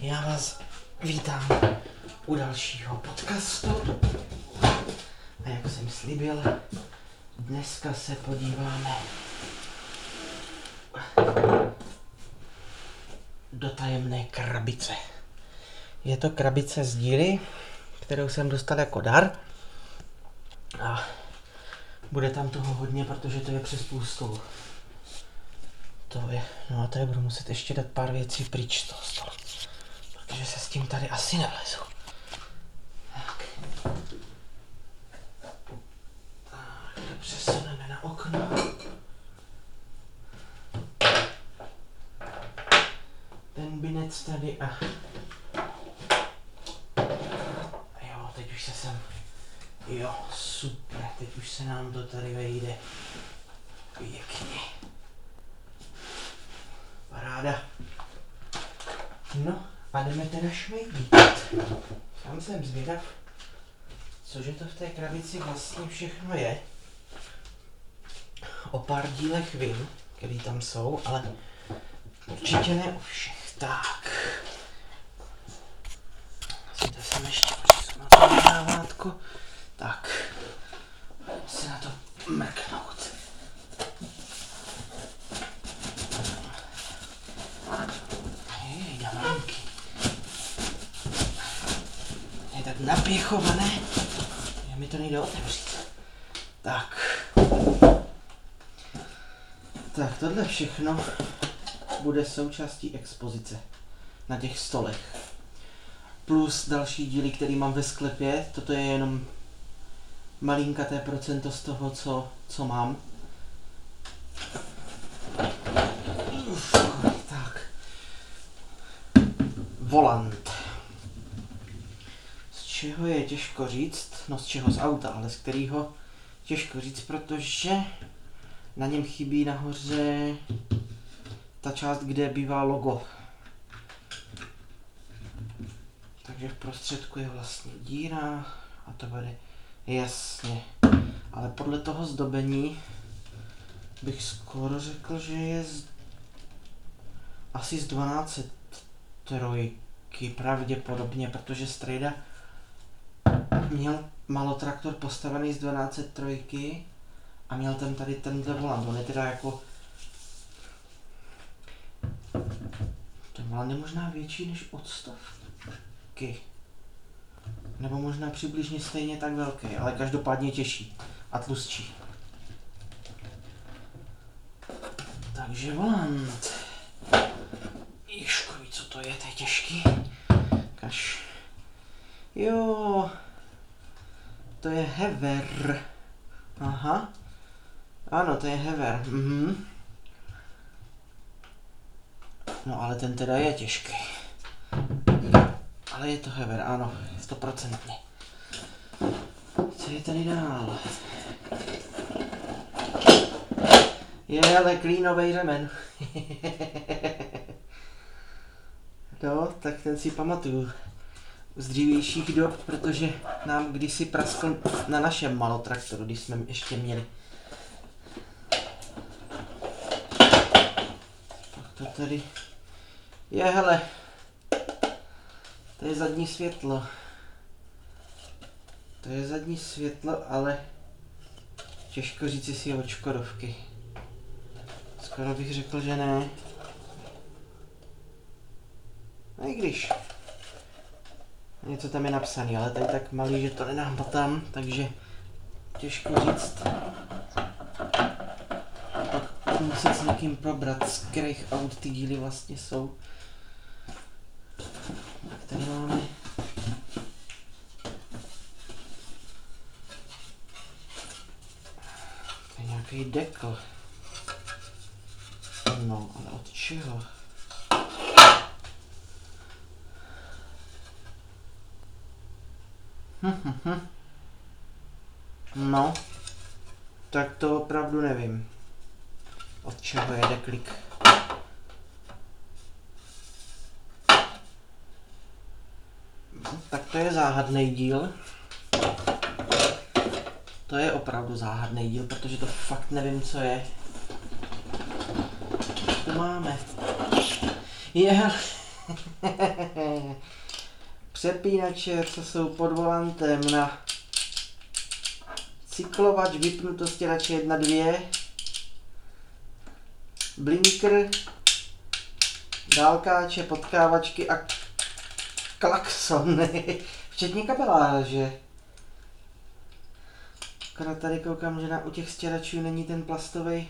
Já vás vítám u dalšího podcastu. A jak jsem slíbil, dneska se podíváme do tajemné krabice. Je to krabice z díry, kterou jsem dostal jako dar. A bude tam toho hodně, protože to je přes půl stolu. No a tady budu muset ještě dát pár věcí pryč z toho stolu. Protože se s tím tady asi nevlezu. Tak. To přesuneme na okno. Ten binec tady a... Jo, teď už se sem... Jo, super, teď už se nám to tady vejde. Pěkně. Paráda. No, a jdeme teda šmejkat. Sám jsem zvědav, cože to v té krabici vlastně všechno je. O pár dílech vím, který tam jsou, ale určitě ne o všech. Tak. Asi to jsem ještě přesunu to nahávátko. Tak. Se na to mrknout. Damánky. Je tak napěchované, že mi to nejde otevřít. Tak. Tak tohle všechno bude součástí expozice na těch stolech. Plus další díly, který mám ve sklepě. Toto je jenom malinkaté procento z toho, co mám. Tak. Volant. Z čeho je těžko říct, no z čeho z auta, ale z kterého těžko říct, protože na něm chybí nahoře ta část, kde bývá logo. Takže v prostředku je vlastně díra a to bude jasně. Ale podle toho zdobení bych skoro řekl, že je asi z 1203 pravděpodobně, protože strejda měl malotraktor postavený z 1203 a měl tam tady tenhle volant. On je teda jako... Ten volant je možná větší než od 100. Nebo možná přibližně stejně tak velký, ale každopádně těžší a tlustší. Takže volant. Ježkovi, co to je těžký. Kaž. Jo. To je Hever. Aha. Ano, to je Hever. Mhm. No ale ten teda je těžký. Ale je to Hever, ano, 100%. Co je tady dál? Je ale klínovej řemen. No, tak ten si pamatuju z dřívějších dob, protože nám kdysi praskl na našem malotraktoru, když jsme ještě měli. Pak to tady je, hele. To je zadní světlo. To je zadní světlo, ale těžko říct, jestli je od Škodovky. Skoro bych řekl, že ne. No i když. Něco tam je napsaný, ale tady tak malý, že to nedám tam, takže těžko říct. Pak budu muset s někým probrat, z kterých aut ty díly vlastně jsou. Tak tady máme tady nějaký dekl. No, ale od čeho? No, tak to opravdu nevím. Od čeho je deklik? Tak to je záhadný díl. To je opravdu záhadný díl, protože to fakt nevím, co je. To máme. Je, Přepínače, co jsou pod volantem na cyklovač, vypnuto stěrače 1, 2, blinker, dálkáče, potkávačky a klakson, včetně kabeláže. Akorát tady koukám, že u těch stěračů není ten plastový.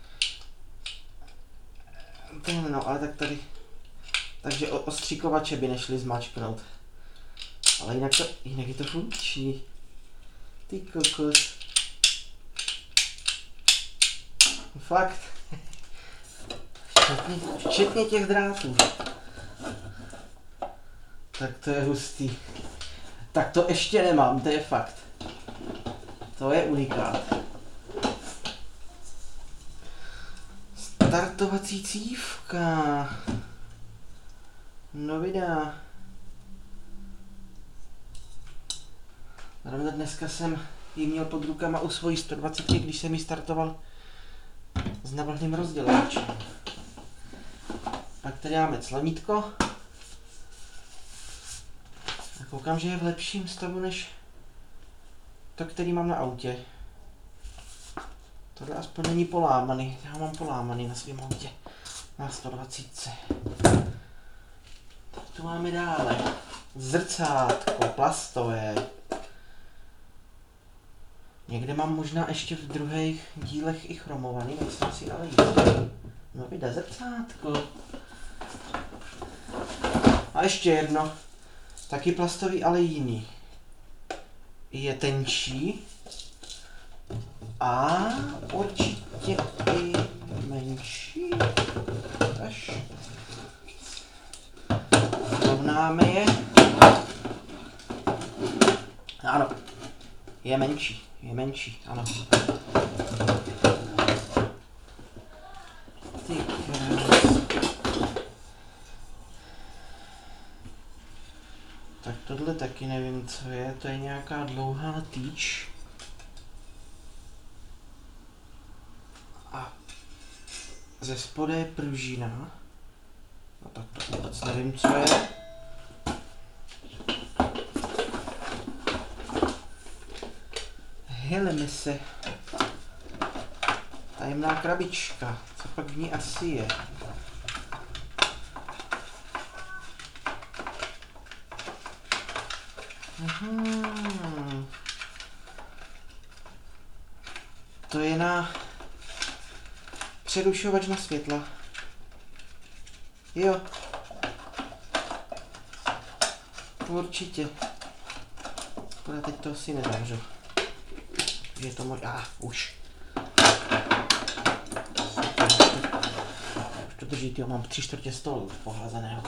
Ten no, ale tak tady. Takže ostříkovače by nešli zmačknout. Ale jinak je to funkční. Ty kokos. Fakt. Včetně těch drátů. Tak to je hustý. Tak to ještě nemám, to je fakt. To je unikát. Startovací cívka. No vydá. Zrovna dneska jsem ji měl pod rukama u svojí 120, když jsem ji startoval s navlhným rozdělovačem. Pak tady máme clonítko. A koukám, že je v lepším stavu než to, který mám na autě. Tohle aspoň není polámaný. Já ho mám polámaný na svém autě. Na 120. Tak tu máme dále. Zrcátko, plastové. Někde mám možná ještě v druhých dílech i chromovaný, nejsem si ale jistý. No vyjde zrcátko. A ještě jedno. Taky plastový, ale jiný. Je tenčí. A určitě i menší. Až. Srovnáme je. Ano. Je menší, ano. Ty krás. Tak tohle taky nevím, co je. To je nějaká dlouhá tyč. A ze spoda je pružina. No tak to vůbec nevím, co je. Heleme se. Tajemná krabička. Co pak v ní asi je? To je na přerušovač na světla. Jo. Určitě. Akorát teď to asi nezavřu. Je to už. Už to drží, tyjo, mám 3/4 stolu poházeného.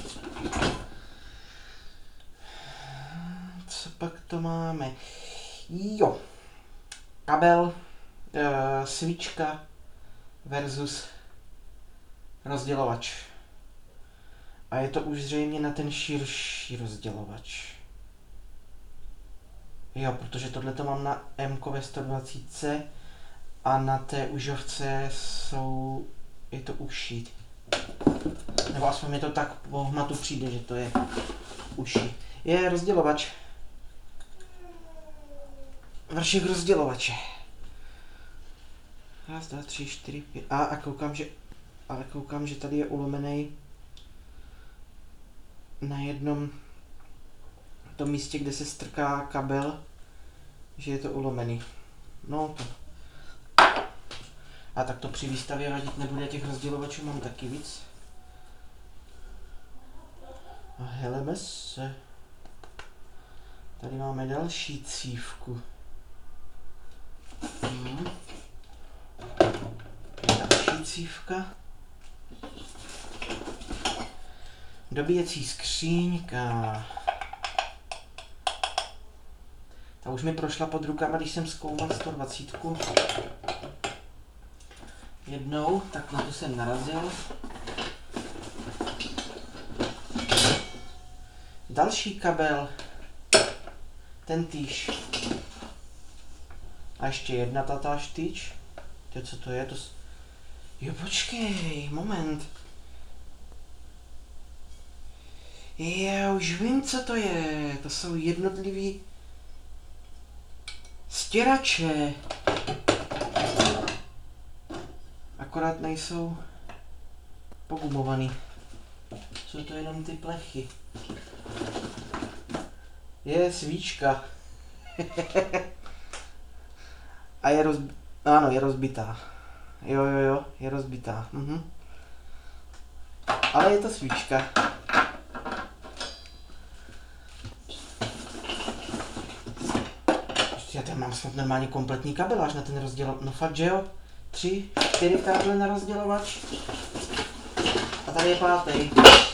Co pak to máme? Jo. Kabel, svíčka versus rozdělovač. A je to už zřejmě na ten širší rozdělovač. Jo, protože tohle to mám na M ve 120 a na té užovce je to uší. Nebo aspoň mi to tak po hmatu přijde, že to je uší. Je rozdělovač. Vršek rozdělovače. 1, 2, 3, 4, 5. A koukám, že tady je ulomený na jednom tom místě, kde se strká kabel, že je to ulomený. No to. A tak to při výstavě vadit nebude, těch rozdělovačů mám taky víc. A heleme se. Tady máme další cívku. Další cívka. Dobíjecí skříňka. Ta už mi prošla pod rukama, když jsem zkoumal 120. Jednou, tak na to jsem narazil. Další kabel. Ten týž. A ještě jedna tatáž tyč. Co to je? Jo, počkej, moment. Já už vím, co to je. To jsou jednotlivý stěrače. Akorát nejsou pogumovaný. Jsou to jenom ty plechy. Je svíčka. A je ano, je rozbitá. Jo, je rozbitá. Ale je to svíčka. Já tam mám snad normálně kompletní kabeláž na ten rozdělovač. No fakt, že jo? 3, 4 káble na rozdělovač. A tady je 5.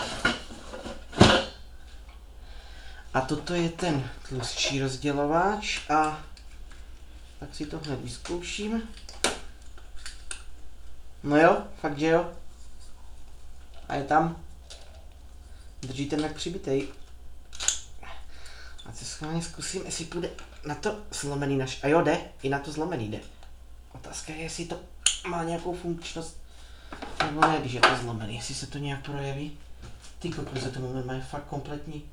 A toto je ten tlustší rozdělovač a tak si to hned vyzkouším. No jo, fakt, že jo? A je tam. Drží ten jak přibitej. A se schválně zkusím, jestli půjde na to zlomený naš. A jo, jde, i na to zlomený jde. Otázka je, jestli to má nějakou funkčnost. Nebo ne, když je to zlomený, jestli se to nějak projeví. Ty kokos, za ten moment má fakt kompletní.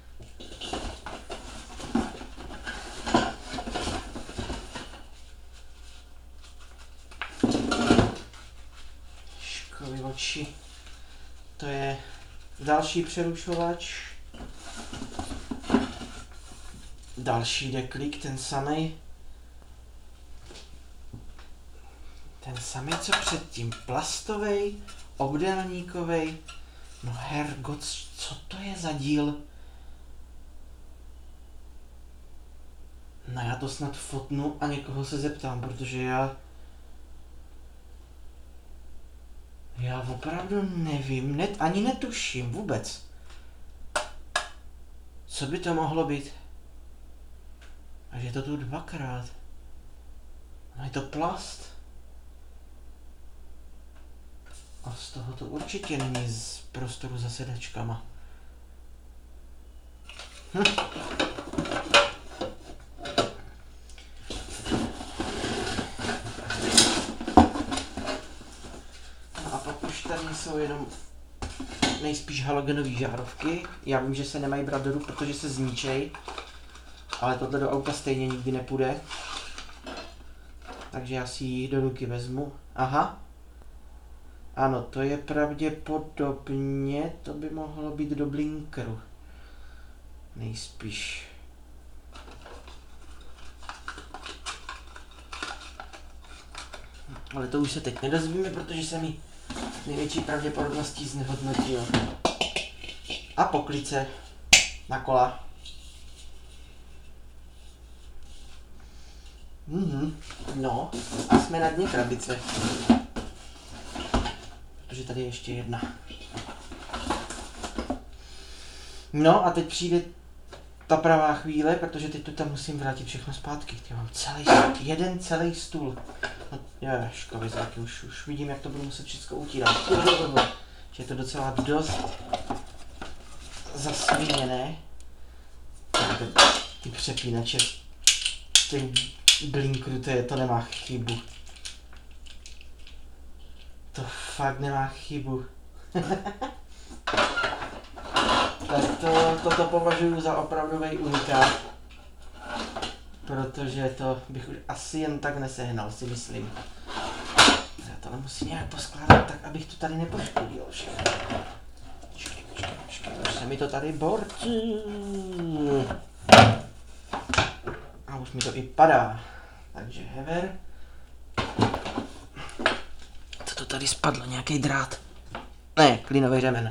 Škovy oči. To je další přerušovač. Další deklík, ten samej. Ten samej, co předtím. Plastovej, obdélníkovej. No hergot, co to je za díl? No já to snad fotnu a někoho se zeptám, protože já opravdu nevím, ani netuším vůbec. Co by to mohlo být? A že je to tu 2krát. No je to plast. A z toho to určitě není z prostoru za sedačkama. No a pak už tady jsou jenom nejspíš halogenové žárovky. Já vím, že se nemají brát do ruk, protože se zničej. Ale tohle do auta stejně nikdy nepůjde. Takže já si ji do ruky vezmu. Aha. Ano, to je pravděpodobně, to by mohlo být do blinkeru. Nejspíš. Ale to už se teď nedozvíme, protože se mi největší pravděpodobností znehodnotil. A poklice na kola. No, a jsme na dně krabice. Protože tady je ještě jedna. No a teď přijde ta pravá chvíle, protože teď tu tam musím vrátit všechno zpátky. Já mám jeden celý stůl. No, škovizáky, už vidím, jak to budu muset všechno utírat. Že je to docela dost zasviněné. Ty přepínače, ty blinkru, to nemá chybu. To fakt nemá chybu. Tak toto považuji za opravdový unikát. Protože to bych už asi jen tak nesehnal, si myslím. Já to musím nějak poskládat tak, abych to tady nepoškodil všechno. Počkej, už se mi to tady bortí. A už mi to i padá. Takže hever. Co to tady spadlo? Nějaký drát? Ne, klínový řemen.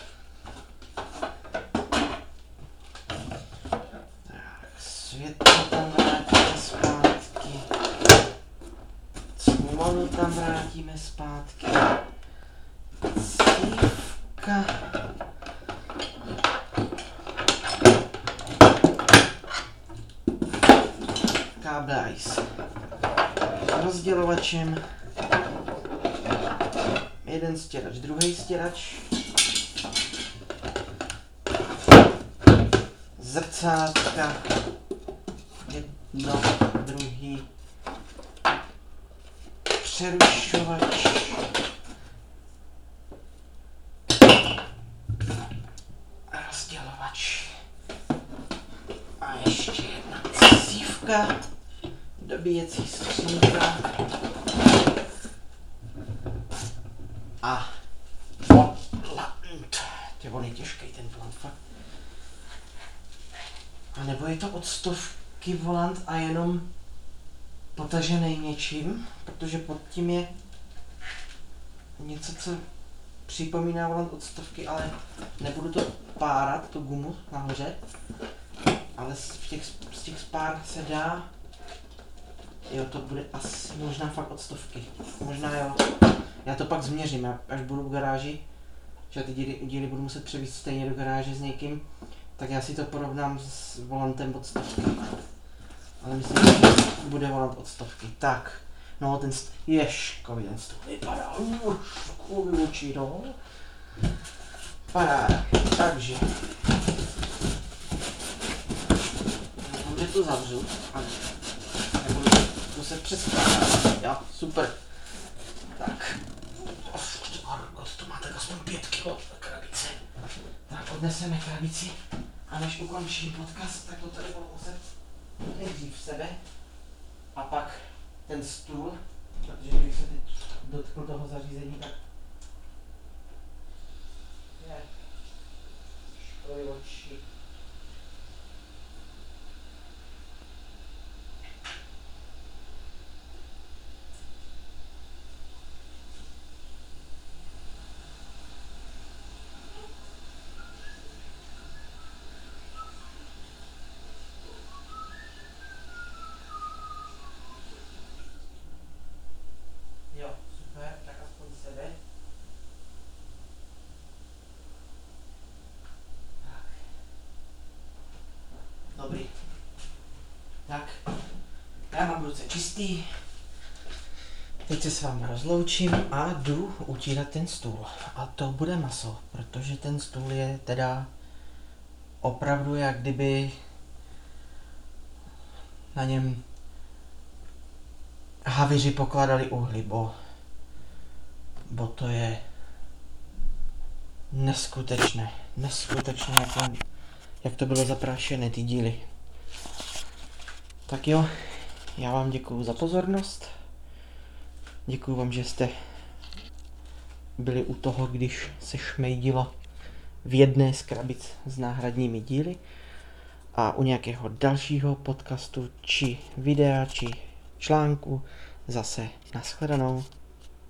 Tak, světlo tam vrátíme zpátky. Cmonu tam vrátíme zpátky. Cívka. Káble ice. Rozdělovačem. Jeden stěrač, druhý stěrač. Zrcátka. Jedno, druhý. Přerušovač. skřínka, dobíjecí skřínka a volant. On je těžký ten volant, fakt. A nebo je to od stovky volant a jenom potažený něčím, protože pod tím je něco, co připomíná volant od stovky, ale nebudu to párat, tu gumu nahoře, ale z těch spár se dá, jo, to bude asi možná fakt od stovky, možná jo, já to pak změřím, až budu v garáži, že ty díly budu muset převízt stejně do garáže s někým, tak já si to porovnám s volantem od stovky, ale myslím, že bude volant od stovky, tak. No, ten ježkový ten stůl vypadá, vylučí, no. Paráda, takže. Doufám, že to zavřu, ale nebudu to se přeskládat, jo, super. Tak. To má tak aspoň 5 kg krabice. Tak odneseme krabici a než ukončím podcast, tak to tady budu muset nejdřív sebe a pak ten stůl, protože kdybych se teď dotkl toho zařízení, tak je školy oči. Jo, super, tak aspoň sebe. Tak. Dobrý. Tak, já mám ruce čistý. Teď se s vámi rozloučím a jdu utírat ten stůl. A to bude maso, protože ten stůl je teda opravdu jak kdyby na něm havíři pokládali uhly, bo to je neskutečné, jak to bylo zaprášené, ty díly. Tak jo, já vám děkuju za pozornost, děkuju vám, že jste byli u toho, když se šmejdilo v jedné z krabic s náhradními díly a u nějakého dalšího podcastu, či videa, či článku zase nashledanou.